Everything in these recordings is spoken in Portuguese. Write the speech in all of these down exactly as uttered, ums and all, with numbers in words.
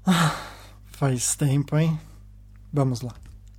Ah, faz tempo, hein? Vamos lá.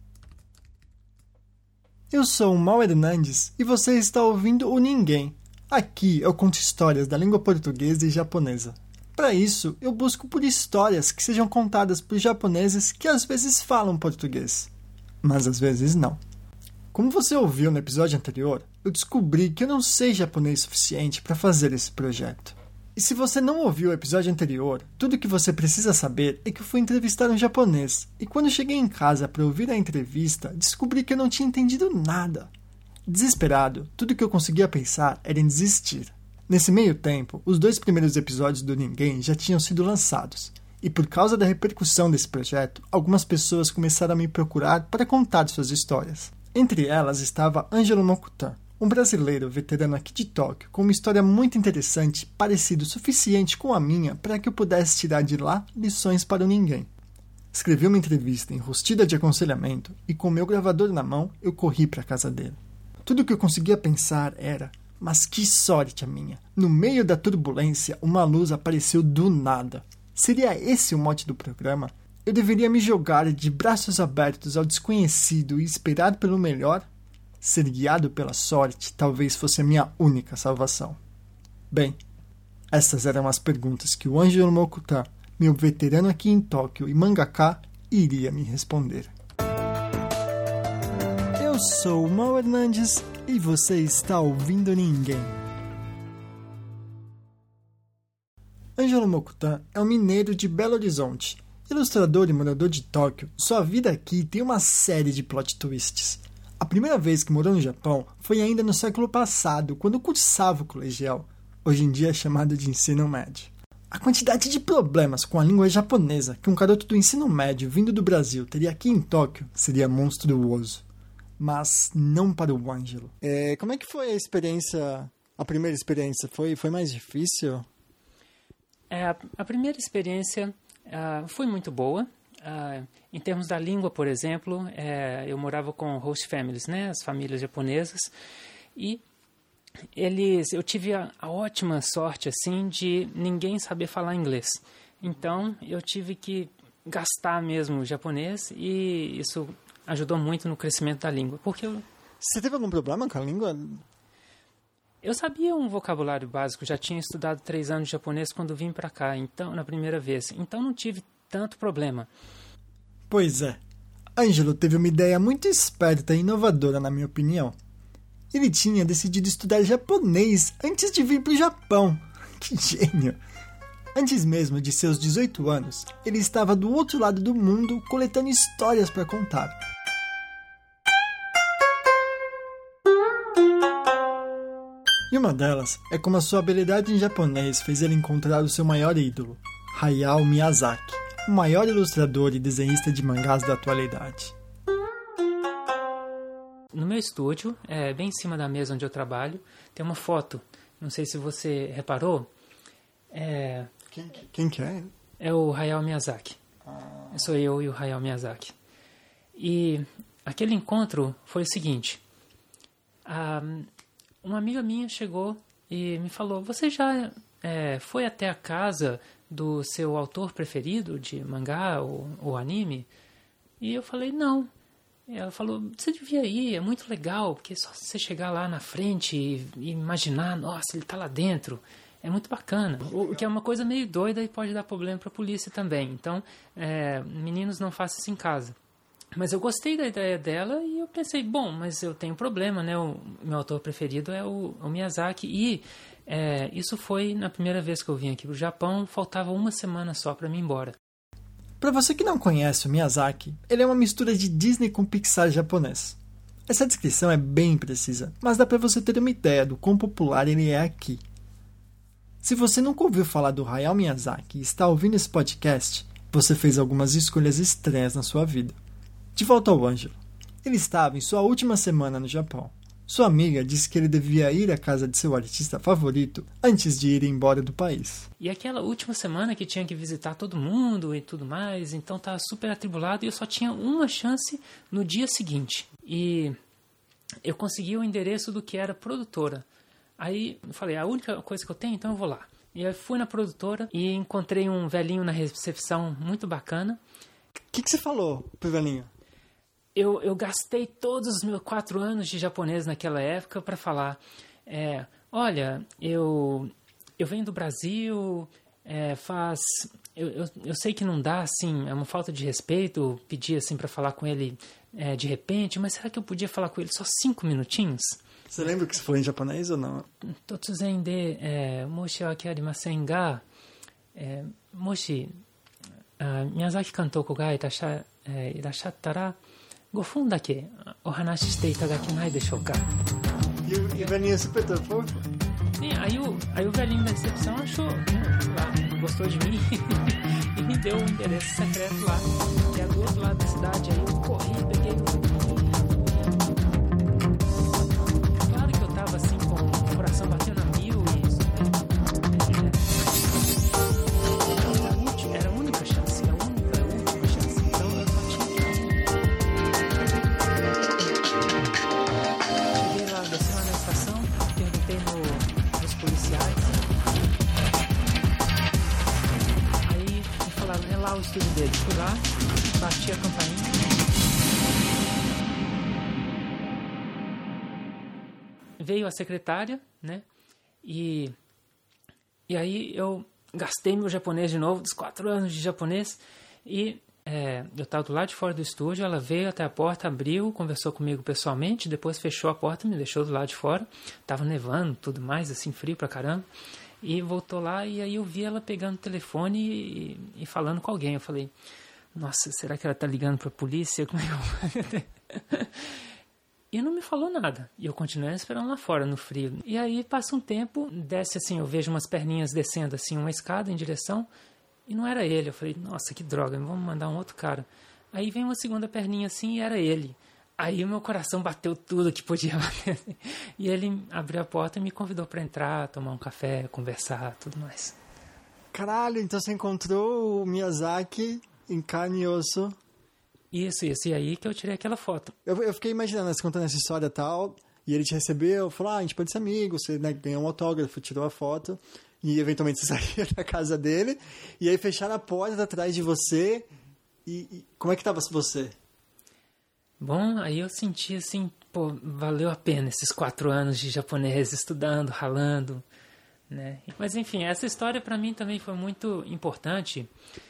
Eu sou o Mal Hernandes e você está ouvindo o Ninguém. Aqui eu conto histórias da língua portuguesa e japonesa. Para isso, eu busco por histórias que sejam contadas por japoneses que às vezes falam português, mas às vezes não. Como você ouviu no episódio anterior, eu descobri que eu não sei japonês suficiente para fazer esse projeto. E se você não ouviu o episódio anterior, tudo o que você precisa saber é que eu fui entrevistar um japonês, e quando cheguei em casa para ouvir a entrevista, descobri que eu não tinha entendido nada. Desesperado, tudo o que eu conseguia pensar era em desistir. Nesse meio tempo, os dois primeiros episódios do Ninguém já tinham sido lançados, e por causa da repercussão desse projeto, algumas pessoas começaram a me procurar para contar suas histórias. Entre elas estava Ângelo Mokutan, um brasileiro veterano aqui de Tóquio, com uma história muito interessante, parecida o suficiente com a minha para que eu pudesse tirar de lá lições para o Ninguém. Escrevi uma entrevista enrustida de aconselhamento e com meu gravador na mão eu corri para a casa dele. Tudo o que eu conseguia pensar era, mas que sorte a minha! No meio da turbulência, uma luz apareceu do nada. Seria esse o mote do programa? Eu deveria me jogar de braços abertos ao desconhecido e esperar pelo melhor? Ser guiado pela sorte talvez fosse a minha única salvação. Bem, essas eram as perguntas que o Ângelo Mokutan, meu veterano aqui em Tóquio e mangaka, iria me responder. Eu sou o Mal Hernandes e você está ouvindo Ninguém. Ângelo Mokutan é um mineiro de Belo Horizonte. Ilustrador e morador de Tóquio, sua vida aqui tem uma série de plot twists. A primeira vez que morou no Japão foi ainda no século passado, quando cursava o colegial, hoje em dia é chamado de ensino médio. A quantidade de problemas com a língua japonesa que um garoto do ensino médio vindo do Brasil teria aqui em Tóquio seria monstruoso. Mas não para o Ângelo. É, como é que foi a experiência, a primeira experiência? Foi, foi mais difícil? É, a, a primeira experiência uh, foi muito boa. Uh, em termos da língua, por exemplo, é, eu morava com host families, né, as famílias japonesas, e eles, eu tive a, a ótima sorte assim, de ninguém saber falar inglês. Então, eu tive que gastar mesmo o japonês e isso ajudou muito no crescimento da língua. Porque eu, Você teve algum problema com a língua? Eu sabia um vocabulário básico, já tinha estudado três anos de japonês quando vim para cá, então, na primeira vez. Então, não tive tanto problema. Pois é. Ângelo teve uma ideia muito esperta e inovadora, na minha opinião. Ele tinha decidido estudar japonês antes de vir para o Japão. Que gênio! Antes mesmo de seus dezoito anos, ele estava do outro lado do mundo coletando histórias para contar. E uma delas é como a sua habilidade em japonês fez ele encontrar o seu maior ídolo, Hayao Miyazaki, o maior ilustrador e desenhista de mangás da atualidade. No meu estúdio, é, bem em cima da mesa onde eu trabalho, tem uma foto. Não sei se você reparou. É, quem, quem que é? É o Hayao Miyazaki. Ah. Sou eu e o Hayao Miyazaki. E aquele encontro foi o seguinte. A, uma amiga minha chegou e me falou, você já é, foi até a casa do seu autor preferido de mangá ou, ou anime? E eu falei, não. E ela falou, você devia ir, é muito legal, porque é só você chegar lá na frente e, e imaginar, nossa, ele tá lá dentro, é muito bacana. O que é uma coisa meio doida e pode dar problema pra polícia também. Então, é, meninos, não façam isso em casa. Mas eu gostei da ideia dela e eu pensei, bom, mas eu tenho problema, né? O meu autor preferido é o, o Miyazaki e... É, isso foi na primeira vez que eu vim aqui pro Japão, faltava uma semana só para mim ir embora. Para você que não conhece o Miyazaki, ele é uma mistura de Disney com Pixar japonês. Essa descrição é bem precisa, mas dá para você ter uma ideia do quão popular ele é aqui. Se você nunca ouviu falar do Hayao Miyazaki e está ouvindo esse podcast, você fez algumas escolhas estranhas na sua vida. De volta ao Ângelo. Ele estava em sua última semana no Japão. Sua amiga disse que ele devia ir à casa de seu artista favorito antes de ir embora do país. E aquela última semana que tinha que visitar todo mundo e tudo mais, então estava super atribulado e eu só tinha uma chance no dia seguinte. E eu consegui o endereço do que era produtora. Aí eu falei, a única coisa que eu tenho, então eu vou lá. E eu fui na produtora e encontrei um velhinho na recepção muito bacana. O que, que você falou pro velhinho? Eu, eu gastei todos os meus quatro anos de japonês naquela época para falar, é, olha, eu, eu venho do Brasil, é, faz... Eu, eu, eu sei que não dá, assim, é uma falta de respeito pedir, assim, para falar com ele é, de repente, mas será que eu podia falar com ele só cinco minutinhos? Você lembra que você falou em japonês ou não? Totsuzen de é, moshi wake arimasen ga, é, moshi uh, Miyazaki Kantoko ga irasha, é, irashattaraごふんだけお話ししていただけないでしょうか. E o, e o velhinho super fofo? Sim, aí o, aí o velhinho da recepção achou, né, lá, gostou de mim e me deu o um endereço secreto lá, que é do outro lado da cidade. Aí eu corri, peguei o... Claro que eu tava assim com o coração batendo a mil e isso, né? É, era a única chance, a única, a última chance. Então eu só tinha que ir. Cheguei lá, desci lá na estação, perguntei no, nos policiais. Aí me falaram, é lá o estúdio dele. Fui lá, bati a campainha. Veio a secretária, né? E, e aí eu gastei meu japonês de novo, dos quatro anos de japonês. E é, eu estava do lado de fora do estúdio, ela veio até a porta, abriu, conversou comigo pessoalmente, depois fechou a porta, me deixou do lado de fora. Tava nevando, tudo mais, assim, frio pra caramba. E voltou lá e aí eu vi ela pegando o telefone e, e falando com alguém. Eu falei, nossa, será que ela tá ligando pra polícia? Como é que eu... E não me falou nada. E eu continuei esperando lá fora, no frio. E aí passa um tempo, desce assim, eu vejo umas perninhas descendo assim, uma escada em direção, e não era ele. Eu falei, nossa, que droga, vamos mandar um outro cara. Aí vem uma segunda perninha assim e era ele. Aí o meu coração bateu tudo que podia bater. E ele abriu a porta e me convidou para entrar, tomar um café, conversar, tudo mais. Caralho, então você encontrou o Miyazaki em carne e osso. Isso, isso. E aí que eu tirei aquela foto. Eu, eu fiquei imaginando, você contando essa história e tal, e ele te recebeu, falou, ah, a gente pode ser amigo, você, né, ganhou um autógrafo, tirou a foto, e eventualmente você saiu da casa dele, e aí fecharam a porta atrás de você, e, e como é que tava você? Bom, aí eu senti assim, pô, valeu a pena esses quatro anos de japonês, estudando, ralando, né? Mas enfim, essa história pra mim também foi muito importante,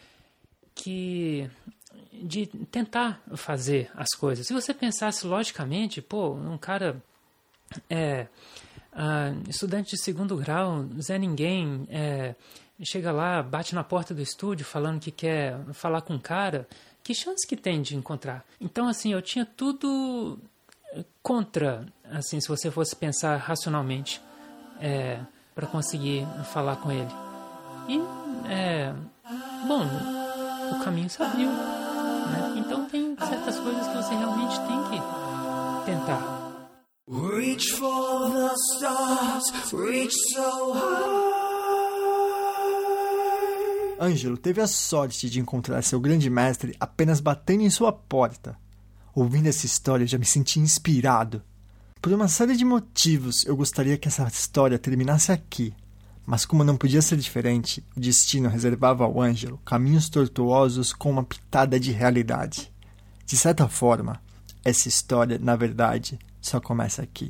que... de tentar fazer as coisas. Se você pensasse logicamente, pô, um cara é, uh, estudante de segundo grau, Zé Ninguém, é, chega lá, bate na porta do estúdio falando que quer falar com um cara, que chance que tem de encontrar? Então, assim, eu tinha tudo contra, assim, se você fosse pensar racionalmente, é, para conseguir falar com ele. E, é, bom, o caminho se abriu. Né? Então tem certas coisas que você realmente tem que tentar. Reach for the stars, reach so high. Ângelo teve a sorte de encontrar seu grande mestre apenas batendo em sua porta. Ouvindo essa história, eu já me senti inspirado. Por uma série de motivos, eu gostaria que essa história terminasse aqui. Mas como não podia ser diferente, o destino reservava ao Ângelo caminhos tortuosos com uma pitada de realidade. De certa forma, essa história, na verdade, só começa aqui.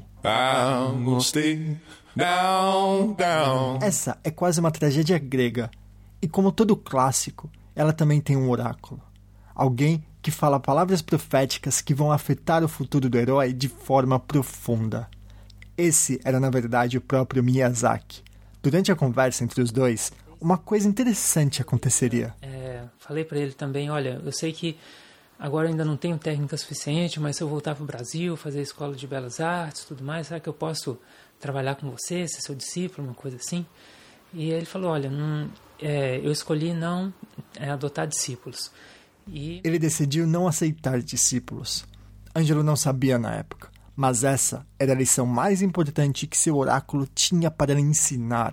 Down, down. Essa é quase uma tragédia grega. E como todo clássico, ela também tem um oráculo. Alguém que fala palavras proféticas que vão afetar o futuro do herói de forma profunda. Esse era, na verdade, o próprio Miyazaki. Durante a conversa entre os dois, uma coisa interessante aconteceria. É, falei para ele também, olha, eu sei que agora ainda não tenho técnica suficiente, mas se eu voltar para o Brasil, fazer a escola de belas artes e tudo mais, será que eu posso trabalhar com você, ser seu discípulo, uma coisa assim? E ele falou, olha, não, é, eu escolhi não é, adotar discípulos. E... ele decidiu não aceitar discípulos. Ângelo não sabia na época. Mas essa era a lição mais importante que seu oráculo tinha para lhe ensinar.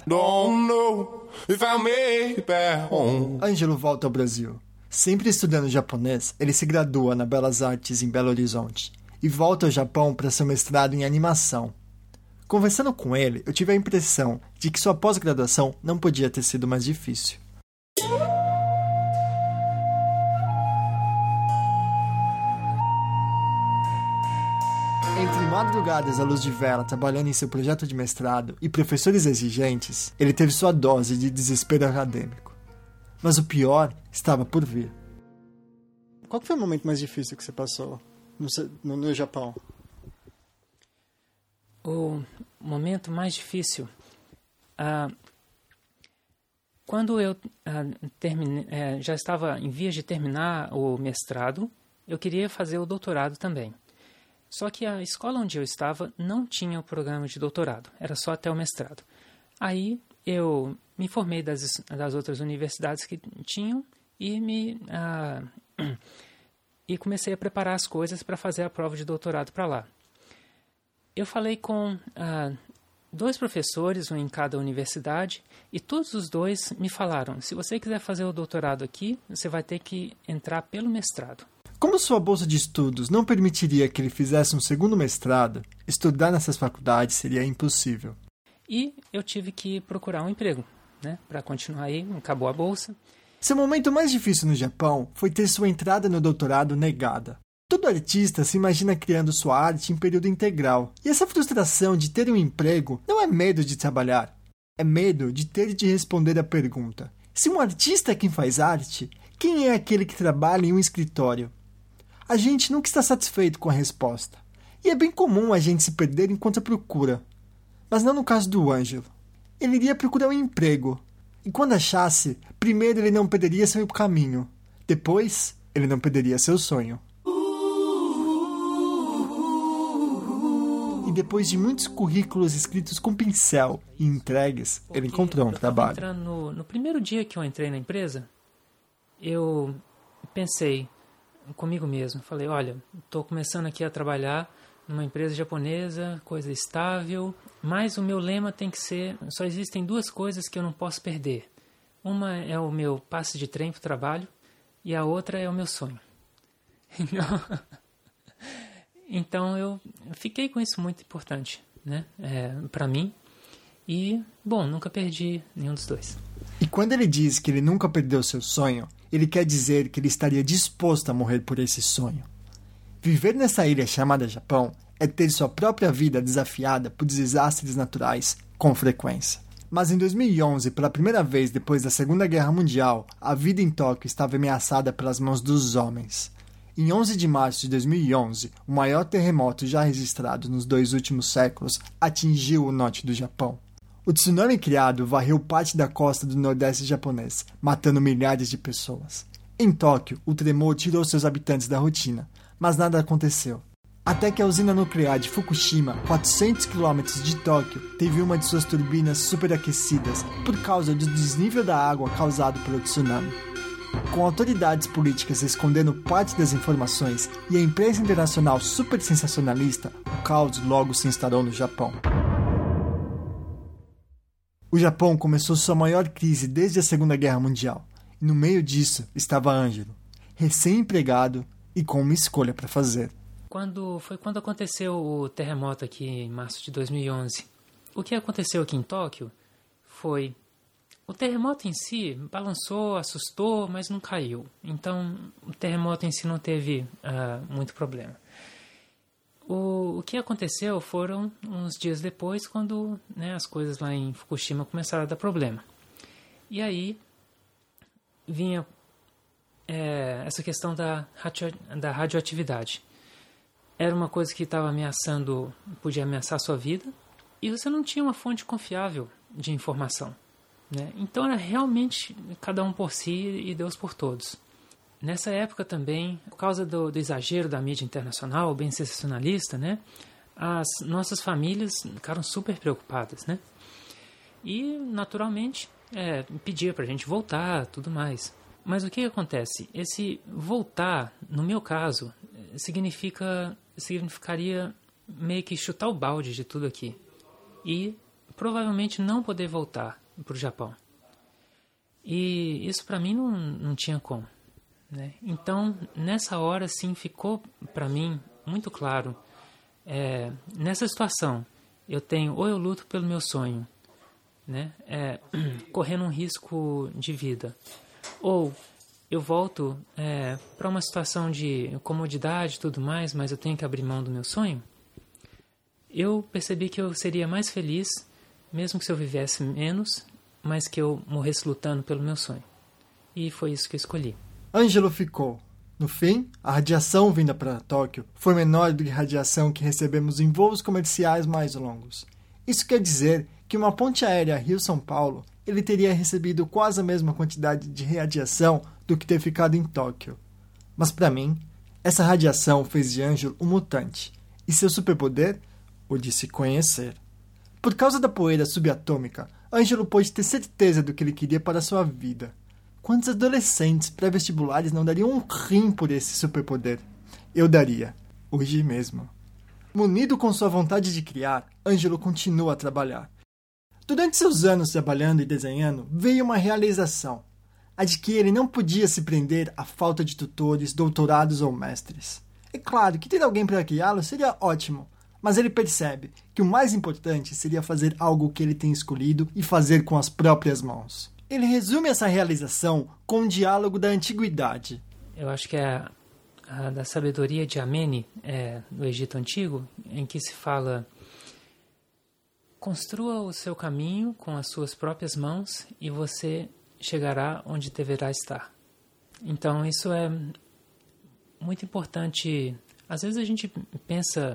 Ângelo volta ao Brasil. Sempre estudando japonês, ele se gradua na Belas Artes em Belo Horizonte e volta ao Japão para seu mestrado em animação. Conversando com ele, eu tive a impressão de que sua pós-graduação não podia ter sido mais difícil. Entre madrugadas à luz de vela trabalhando em seu projeto de mestrado e professores exigentes, ele teve sua dose de desespero acadêmico. Mas o pior estava por vir. Qual foi o momento mais difícil que você passou no, no, no Japão? O momento mais difícil... Uh, quando eu uh, termine, uh, já estava em vias de terminar o mestrado, eu queria fazer o doutorado também. Só que a escola onde eu estava não tinha o programa de doutorado, era só até o mestrado. Aí eu me informei das, das outras universidades que tinham e, me, uh, e comecei a preparar as coisas para fazer a prova de doutorado para lá. Eu falei com uh, dois professores, um em cada universidade, e todos os dois me falaram, se você quiser fazer o doutorado aqui, você vai ter que entrar pelo mestrado. Como sua bolsa de estudos não permitiria que ele fizesse um segundo mestrado, estudar nessas faculdades seria impossível. E eu tive que procurar um emprego, né, para continuar aí, acabou a bolsa. Seu momento mais difícil no Japão foi ter sua entrada no doutorado negada. Todo artista se imagina criando sua arte em período integral. E essa frustração de ter um emprego não é medo de trabalhar. É medo de ter de responder a pergunta: se um artista é quem faz arte, quem é aquele que trabalha em um escritório? A gente nunca está satisfeito com a resposta. E é bem comum a gente se perder enquanto procura. Mas não no caso do Ângelo. Ele iria procurar um emprego. E quando achasse, primeiro ele não perderia seu caminho. Depois, ele não perderia seu sonho. E depois de muitos currículos escritos com pincel e entregues, Porque ele encontrou um trabalho. No, no primeiro dia que eu entrei na empresa, eu pensei comigo mesmo. Falei, olha, estou começando aqui a trabalhar numa empresa japonesa, coisa estável, mas o meu lema tem que ser, só existem duas coisas que eu não posso perder. Uma é o meu passe de trem para o trabalho e a outra é o meu sonho. Então eu fiquei com isso muito importante, né, é, para mim. E, bom, nunca perdi nenhum dos dois. E quando ele diz que ele nunca perdeu seu sonho, ele quer dizer que ele estaria disposto a morrer por esse sonho. Viver nessa ilha chamada Japão é ter sua própria vida desafiada por desastres naturais com frequência. Mas em dois mil e onze, pela primeira vez depois da Segunda Guerra Mundial, a vida em Tóquio estava ameaçada pelas mãos dos homens. Em onze de março de dois mil e onze, o maior terremoto já registrado nos dois últimos séculos atingiu o norte do Japão. O tsunami criado varreu parte da costa do nordeste japonês, matando milhares de pessoas. Em Tóquio, o tremor tirou seus habitantes da rotina, mas nada aconteceu. Até que a usina nuclear de Fukushima, quatrocentos quilômetros de Tóquio, teve uma de suas turbinas superaquecidas por causa do desnível da água causado pelo tsunami. Com autoridades políticas escondendo parte das informações e a imprensa internacional super sensacionalista, o caos logo se instaurou no Japão. O Japão começou sua maior crise desde a Segunda Guerra Mundial, e no meio disso estava Ângelo, recém-empregado e com uma escolha para fazer. Quando, foi quando aconteceu o terremoto aqui em março de dois mil e onze. O que aconteceu aqui em Tóquio foi... O terremoto em si balançou, assustou, mas não caiu. Então, o terremoto em si não teve uh, muito problema. O, o que aconteceu foram uns dias depois, quando, né, as coisas lá em Fukushima começaram a dar problema. E aí vinha é, essa questão da, radio, da radioatividade. Era uma coisa que estava ameaçando, podia ameaçar a sua vida, e você não tinha uma fonte confiável de informação. Né? Então era realmente cada um por si e Deus por todos. Nessa época também, por causa do, do exagero da mídia internacional, bem sensacionalista, né? As nossas famílias ficaram super preocupadas, né? E, naturalmente, é, pedia para a gente voltar, tudo mais. Mas o que acontece? Esse voltar, no meu caso, significa, significaria meio que chutar o balde de tudo aqui. E provavelmente não poder voltar para o Japão. E isso para mim não, não tinha como. Né? Então, nessa hora, sim, ficou para mim muito claro, é, nessa situação eu tenho, ou eu luto pelo meu sonho, né? É, correndo um risco de vida, ou eu volto é, para uma situação de comodidade e tudo mais, mas eu tenho que abrir mão do meu sonho. Eu percebi que eu seria mais feliz, mesmo que se eu vivesse menos, mas que eu morresse lutando pelo meu sonho. E foi isso que eu escolhi. Ângelo ficou. No fim, a radiação vinda para Tóquio foi menor do que a radiação que recebemos em voos comerciais mais longos. Isso quer dizer que uma ponte aérea Rio-São Paulo, ele teria recebido quase a mesma quantidade de radiação do que ter ficado em Tóquio. Mas para mim, essa radiação fez de Ângelo um mutante. E seu superpoder? O de se conhecer. Por causa da poeira subatômica, Ângelo pôde ter certeza do que ele queria para a sua vida. Quantos adolescentes pré-vestibulares não dariam um rim por esse superpoder? Eu daria. Hoje mesmo. Munido com sua vontade de criar, Ângelo continua a trabalhar. Durante seus anos trabalhando e desenhando, veio uma realização. A de que ele não podia se prender à falta de tutores, doutorados ou mestres. É claro que ter alguém para criá-lo seria ótimo, mas ele percebe que o mais importante seria fazer algo que ele tem escolhido e fazer com as próprias mãos. Ele resume essa realização com um diálogo da antiguidade. Eu acho que é a, a da sabedoria de Ameni, é, do Egito Antigo, em que se fala: construa o seu caminho com as suas próprias mãos e você chegará onde deverá estar. Então isso é muito importante. Às vezes a gente pensa,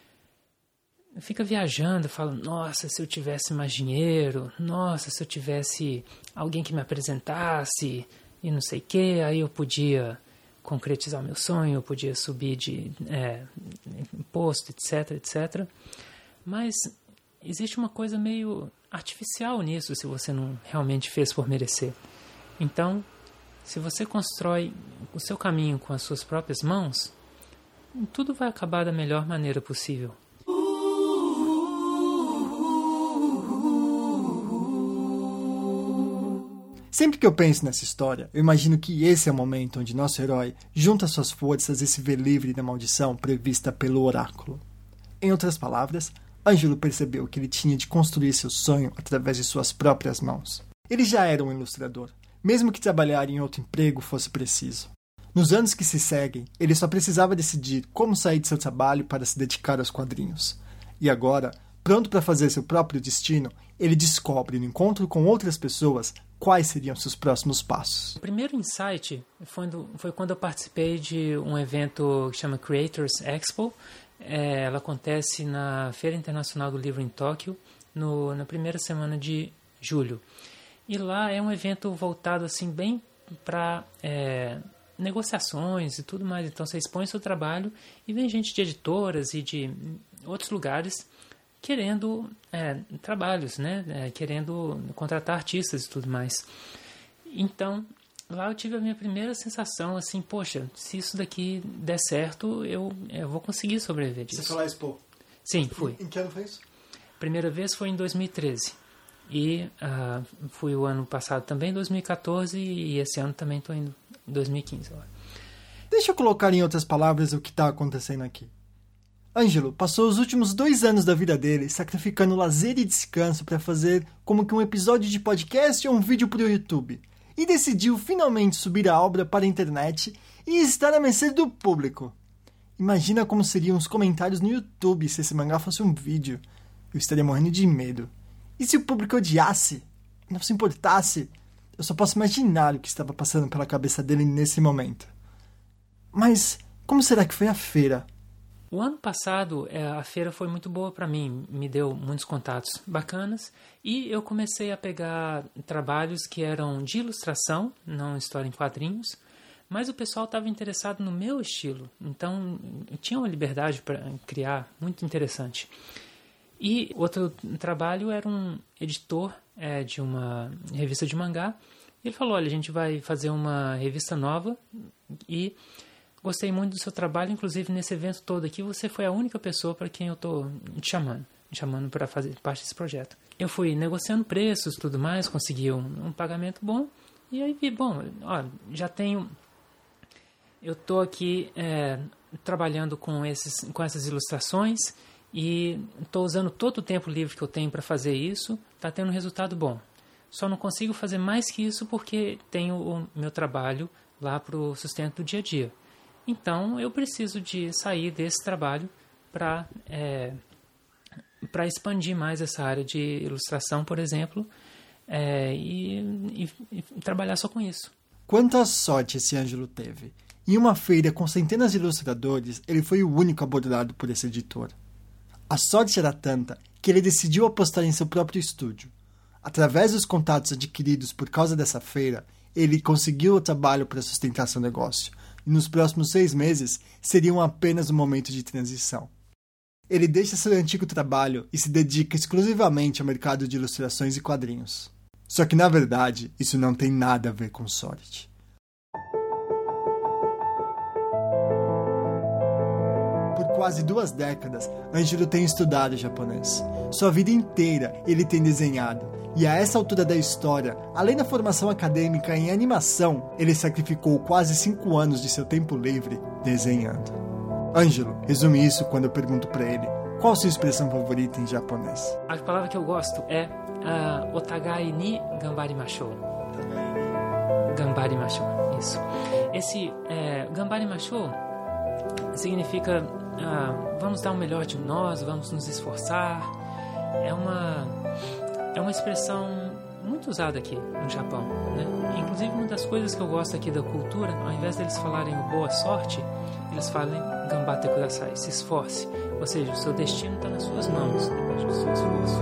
fica viajando, fala, nossa, se eu tivesse mais dinheiro, nossa, se eu tivesse alguém que me apresentasse e não sei o que, aí eu podia concretizar o meu sonho, eu podia subir de é, imposto, etc, etcétera. Mas existe uma coisa meio artificial nisso, se você não realmente fez por merecer. Então, se você constrói o seu caminho com as suas próprias mãos, tudo vai acabar da melhor maneira possível. Sempre que eu penso nessa história, eu imagino que esse é o momento onde nosso herói junta suas forças e se vê livre da maldição prevista pelo oráculo. Em outras palavras, Ângelo percebeu que ele tinha de construir seu sonho através de suas próprias mãos. Ele já era um ilustrador, mesmo que trabalhar em outro emprego fosse preciso. Nos anos que se seguem, ele só precisava decidir como sair de seu trabalho para se dedicar aos quadrinhos. E agora, pronto para fazer seu próprio destino, ele descobre, no encontro com outras pessoas, quais seriam seus próximos passos. O primeiro insight foi, do, foi quando eu participei de um evento que chama Creators Expo. É, ela acontece na Feira Internacional do Livro em Tóquio, no, na primeira semana de julho. E lá é um evento voltado assim, bem para é, negociações e tudo mais. Então você expõe seu trabalho e vem gente de editoras e de outros lugares querendo é, trabalhos, né? É, querendo contratar artistas e tudo mais. Então, lá eu tive a minha primeira sensação, assim, poxa, se isso daqui der certo, eu, eu vou conseguir sobreviver disso. Você foi lá expor? Sim, fui. Em que ano foi isso? Primeira vez foi em dois mil e treze. E uh, fui o ano passado também, dois mil e quatorze, e esse ano também estou indo em dois mil e quinze. Ó. Deixa eu colocar em outras palavras o que está acontecendo aqui. Ângelo passou os últimos dois anos da vida dele sacrificando lazer e descanso para fazer como que um episódio de podcast ou um vídeo para o YouTube. E decidiu finalmente subir a obra para a internet e estar à mercê do público. Imagina como seriam os comentários no YouTube se esse mangá fosse um vídeo. Eu estaria morrendo de medo. E se o público odiasse? Não se importasse? Eu só posso imaginar o que estava passando pela cabeça dele nesse momento. Mas como será que foi a feira? O ano passado, a feira foi muito boa para mim, me deu muitos contatos bacanas e eu comecei a pegar trabalhos que eram de ilustração, não história em quadrinhos, mas o pessoal estava interessado no meu estilo, então eu tinha uma liberdade para criar muito interessante. E outro trabalho era um editor é, de uma revista de mangá. Ele falou, olha, a gente vai fazer uma revista nova e gostei muito do seu trabalho, inclusive nesse evento todo aqui, você foi a única pessoa para quem eu estou te chamando, te chamando para fazer parte desse projeto. Eu fui negociando preços e tudo mais, consegui um, um pagamento bom, e aí vi, bom, ó, já tenho, eu estou aqui é, trabalhando com, esses, com essas ilustrações, E estou usando todo o tempo livre que eu tenho para fazer isso, está tendo um resultado bom. Só não consigo fazer mais que isso porque tenho o meu trabalho lá para o sustento do dia a dia. Então, eu preciso de sair desse trabalho para é, para expandir mais essa área de ilustração, por exemplo, é, e, e, e trabalhar só com isso. Quanta sorte esse Ângelo teve! Em uma feira com centenas de ilustradores, ele foi o único abordado por esse editor. A sorte era tanta que ele decidiu apostar em seu próprio estúdio. Através dos contatos adquiridos por causa dessa feira, ele conseguiu o trabalho para sustentar seu negócio, e nos próximos seis meses seriam apenas um momento de transição. Ele deixa seu antigo trabalho e se dedica exclusivamente ao mercado de ilustrações e quadrinhos. Só que, na verdade, isso não tem nada a ver com sorte. Por quase duas décadas, Ângelo tem estudado japonês. Sua vida inteira ele tem desenhado, e a essa altura da história, além da formação acadêmica em animação, ele sacrificou quase cinco anos de seu tempo livre desenhando. Ângelo resume isso quando eu pergunto pra ele qual a sua expressão favorita em japonês. A palavra que eu gosto é uh, otagai ni gambarimashou. Gambarimashou, isso. Esse é, gambarimashou significa uh, vamos dar o melhor de nós, vamos nos esforçar. É uma, é uma expressão muito usada aqui no Japão, né? Inclusive, uma das coisas que eu gosto aqui da cultura, ao invés deles falarem boa sorte, eles falam gambate kudasai, se esforce. Ou seja, o seu destino está nas suas mãos, depende do seu esforço.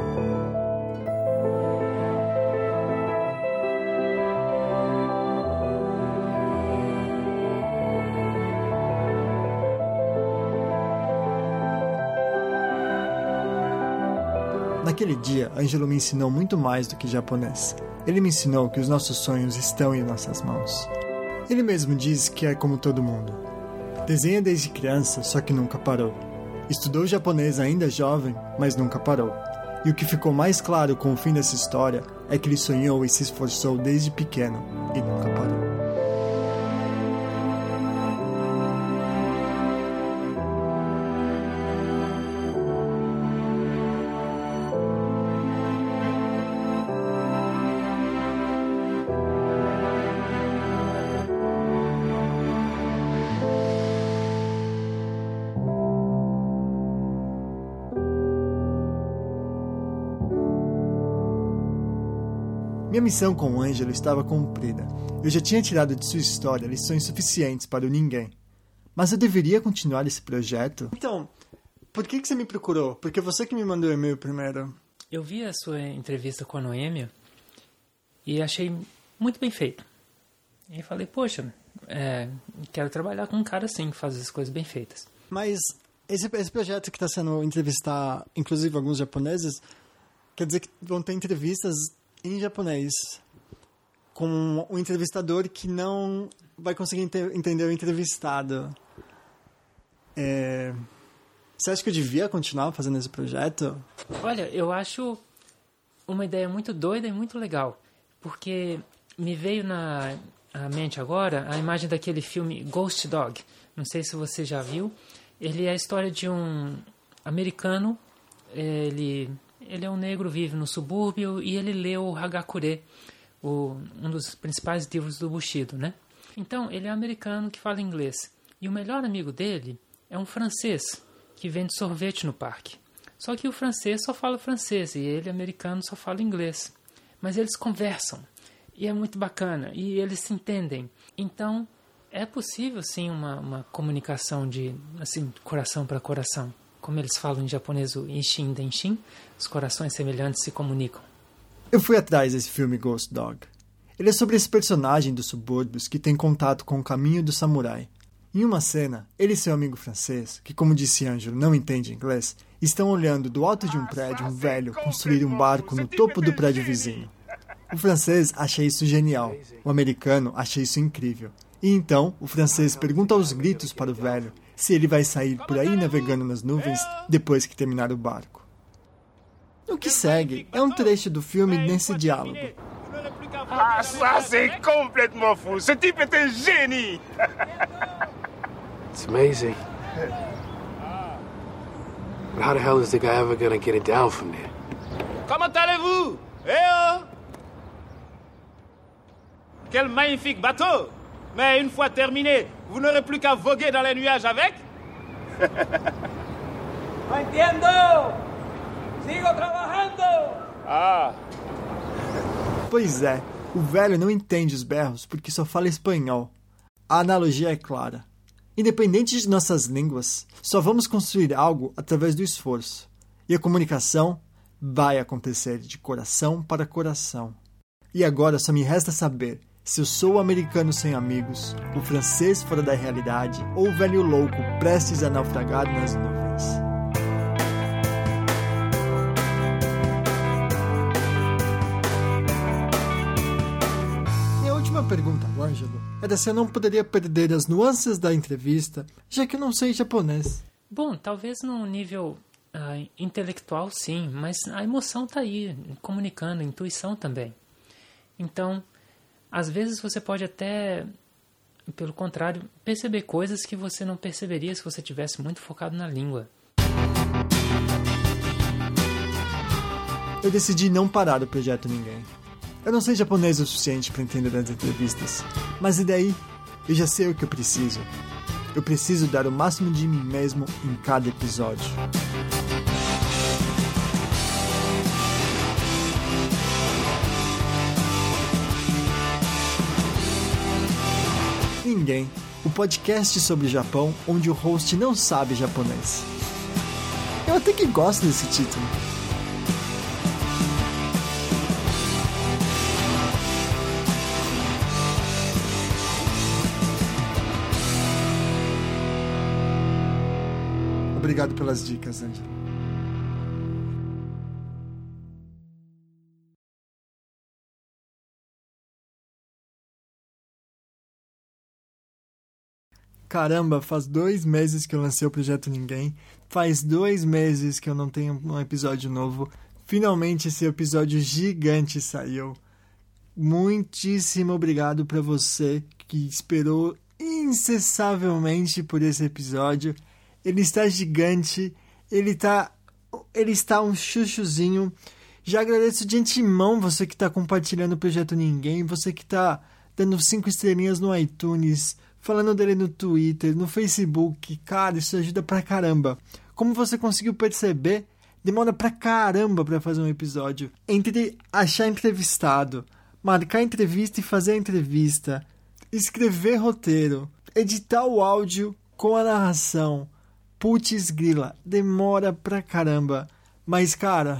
Naquele dia, Ângelo me ensinou muito mais do que japonês. Ele me ensinou que os nossos sonhos estão em nossas mãos. Ele mesmo diz que é como todo mundo. Desenha desde criança, só que nunca parou. Estudou japonês ainda jovem, mas nunca parou. E o que ficou mais claro com o fim dessa história é que ele sonhou e se esforçou desde pequeno e nunca parou. Minha missão com o Ângelo estava cumprida. Eu já tinha tirado de sua história lições suficientes para o ninguém. Mas eu deveria continuar esse projeto? Então, por que, que você me procurou? Porque você que me mandou o e-mail primeiro. Eu vi a sua entrevista com a Noêmia e achei muito bem feito. E falei, poxa, é, quero trabalhar com um cara assim, que faz as coisas bem feitas. Mas esse, esse projeto que está sendo entrevistar, inclusive alguns japoneses, quer dizer que vão ter entrevistas em japonês, com um entrevistador que não vai conseguir ente- entender o entrevistado. É... Você acha que eu devia continuar fazendo esse projeto? Olha, eu acho uma ideia muito doida e muito legal, porque me veio na à mente agora a imagem daquele filme Ghost Dog. Não sei se você já viu. Ele é a história de um americano, ele... Ele é um negro, vive no subúrbio e ele leu o Hagakure, o, um dos principais livros do Bushido, né? Então, ele é americano que fala inglês. E o melhor amigo dele é um francês que vende sorvete no parque. Só que o francês só fala francês e ele, americano, só fala inglês. Mas eles conversam e é muito bacana e eles se entendem. Então, é possível, sim, uma, uma comunicação de assim, coração para coração. Como eles falam em japonês, o Ishin Denshin, os corações semelhantes se comunicam. Eu fui atrás desse filme Ghost Dog. Ele é sobre esse personagem dos subúrbios que tem contato com o caminho do samurai. Em uma cena, ele e seu amigo francês, que como disse Ângelo, não entende inglês, estão olhando do alto de um prédio um velho construir um barco no topo do prédio vizinho. O francês acha isso genial, o americano acha isso incrível. E então, o francês pergunta aos gritos para o velho se ele vai sair por aí navegando nas nuvens depois que terminar o barco. O que segue é um trecho do filme nesse diálogo. Ah, ça c'est complètement fou. Ce type est un génie. It's amazing. But how the hell is the guy ever gonna get it down from there? Comment allez-vous? Eh oh! Quel magnifique bateau! Mais une fois terminé, vous n'aurez plus qu'à voguer dans les nuages avec? No entiendo! Sigo trabajando! Ah! Pois é, o velho não entende os berros porque só fala espanhol. A analogia é clara. Independente de nossas línguas, só vamos construir algo através do esforço. E a comunicação vai acontecer de coração para coração. E agora só me resta saber se eu sou o americano sem amigos, o francês fora da realidade ou o velho louco prestes a naufragar nas nuvens. Minha última pergunta ao Ângelo era se eu não poderia perder as nuances da entrevista, já que eu não sei japonês. Bom, talvez num nível uh, intelectual sim, mas a emoção está aí, comunicando, a intuição também. Então, às vezes você pode até, pelo contrário, perceber coisas que você não perceberia se você tivesse muito focado na língua. Eu decidi não parar o projeto Ninguém. Eu não sei japonês o suficiente para entender as entrevistas, mas e daí? Eu já sei o que eu preciso. Eu preciso dar o máximo de mim mesmo em cada episódio. Ninguém, o podcast sobre o Japão onde o host não sabe japonês. Eu até que gosto desse título. Obrigado pelas dicas, Ângelo. Caramba, faz dois meses que eu lancei o Projeto Ninguém. Faz dois meses que eu não tenho um episódio novo. Finalmente esse episódio gigante saiu. Muitíssimo obrigado para você que esperou incessavelmente por esse episódio. Ele está gigante, ele está, ele está um chuchuzinho. Já agradeço de antemão você que está compartilhando o Projeto Ninguém, você que está dando cinco estrelinhas no iTunes, falando dele no Twitter, no Facebook. Cara, isso ajuda pra caramba. Como você conseguiu perceber, demora pra caramba pra fazer um episódio. Entre achar entrevistado, marcar entrevista e fazer a entrevista, escrever roteiro, editar o áudio com a narração. Putz grila, demora pra caramba. Mas, cara,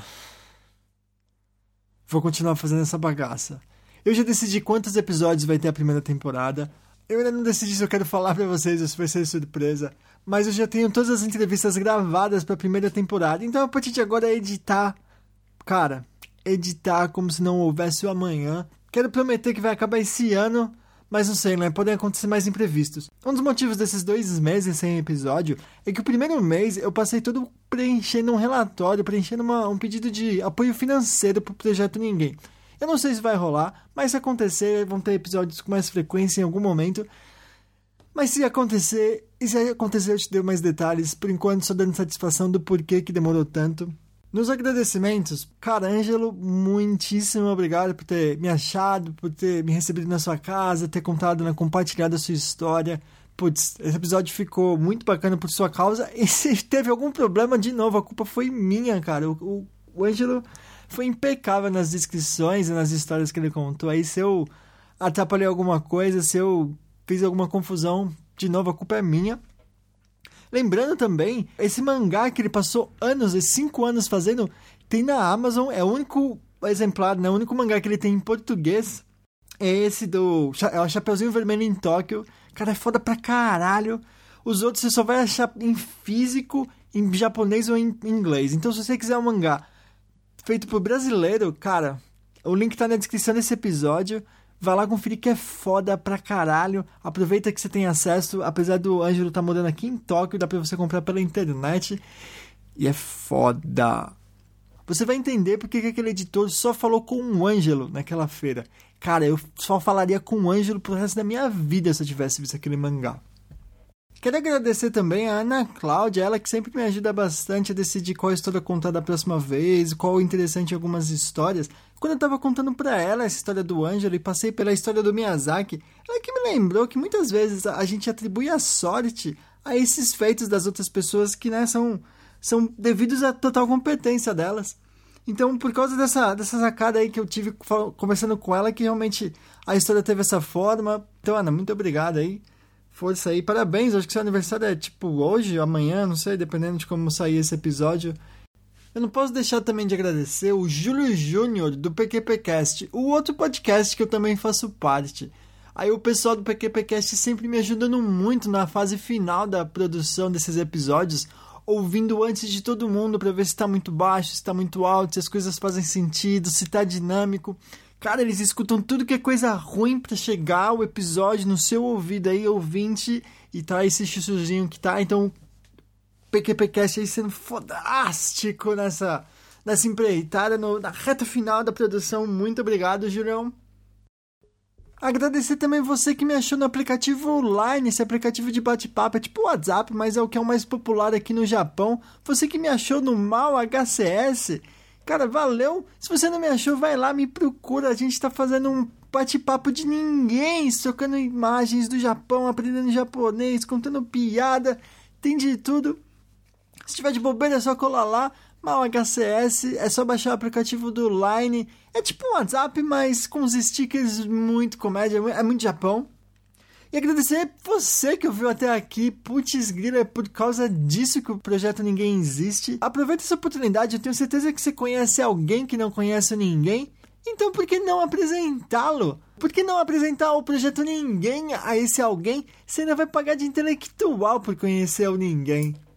vou continuar fazendo essa bagaça. Eu já decidi quantos episódios vai ter a primeira temporada. Eu ainda não decidi se eu quero falar pra vocês ou se vai ser surpresa. Mas eu já tenho todas as entrevistas gravadas pra primeira temporada. Então, a partir de agora, é editar. Cara, editar como se não houvesse o amanhã. Quero prometer que vai acabar esse ano. Mas não sei, né? Podem acontecer mais imprevistos. Um dos motivos desses dois meses sem episódio é que o primeiro mês eu passei todo preenchendo um relatório, preenchendo uma, um pedido de apoio financeiro pro Projeto Ninguém. Eu não sei se vai rolar, mas se acontecer, vão ter episódios com mais frequência em algum momento. Mas se acontecer, e se acontecer eu te dou mais detalhes. Por enquanto, só dando satisfação do porquê que demorou tanto. Nos agradecimentos, cara, Ângelo, muitíssimo obrigado por ter me achado, por ter me recebido na sua casa, ter contado, né, compartilhado a sua história. Putz, esse episódio ficou muito bacana por sua causa. E se teve algum problema, de novo, a culpa foi minha, cara. O, o, o Ângelo foi impecável nas descrições e nas histórias que ele contou. Aí se eu atrapalhei alguma coisa, se eu fiz alguma confusão, de novo, a culpa é minha. Lembrando também, esse mangá que ele passou anos, cinco anos fazendo, tem na Amazon, é o único exemplar, né? O único mangá que ele tem em português é esse do é o Chapeuzinho Vermelho em Tóquio. Cara, é foda pra caralho. Os outros você só vai achar em físico, em japonês ou em inglês. Então, se você quiser um mangá feito por brasileiro, cara, o link tá na descrição desse episódio. Vai lá conferir que é foda pra caralho. Aproveita que você tem acesso. Apesar do Ângelo estar morando aqui em Tóquio, dá pra você comprar pela internet. E é foda. Você vai entender porque que aquele editor só falou com o Ângelo naquela feira. Cara, eu só falaria com o Ângelo pro resto da minha vida se eu tivesse visto aquele mangá. Quero agradecer também a Ana Cláudia, ela que sempre me ajuda bastante a decidir qual história contar da próxima vez, qual é interessante em algumas histórias. Quando eu tava contando pra ela essa história do Ângelo e passei pela história do Miyazaki, ela que me lembrou que muitas vezes a gente atribui a sorte a esses feitos das outras pessoas que, né, são, são devidos à total competência delas. Então, por causa dessa, dessa sacada aí que eu tive conversando com ela, que realmente a história teve essa forma. Então, Ana, muito obrigado aí. Força aí, parabéns, acho que seu aniversário é tipo hoje, amanhã, não sei, dependendo de como sair esse episódio. Eu não posso deixar também de agradecer o Júlio Júnior do P Q P Cast, o outro podcast que eu também faço parte. Aí o pessoal do P Q P Cast sempre me ajudando muito na fase final da produção desses episódios, ouvindo antes de todo mundo para ver se tá muito baixo, se tá muito alto, se as coisas fazem sentido, se tá dinâmico. Cara, eles escutam tudo que é coisa ruim pra chegar o episódio no seu ouvido aí, ouvinte, e tá esse chuchuzinho que tá. Então, P Q P Cast aí sendo fodástico nessa, nessa empreitada, no, na reta final da produção. Muito obrigado, Julião. Agradecer também você que me achou no aplicativo Line, esse aplicativo de bate-papo, é tipo o WhatsApp, mas é o que é o mais popular aqui no Japão. Você que me achou no Mal H C S... Cara, valeu. Se você não me achou, vai lá, me procura. A gente tá fazendo um bate-papo de ninguém, trocando imagens do Japão, aprendendo japonês, contando piada, tem de tudo. Se tiver de bobeira, é só colar lá, Mal H C S, é só baixar o aplicativo do Line. É tipo um WhatsApp, mas com os stickers muito comédia, é muito Japão. E agradecer você que ouviu até aqui. Putz grila, é por causa disso que o projeto Ninguém Existe. Aproveita essa oportunidade, eu tenho certeza que você conhece alguém que não conhece ninguém. Então por que não apresentá-lo? Por que não apresentar o projeto Ninguém a esse alguém? Você ainda vai pagar de intelectual por conhecer o ninguém.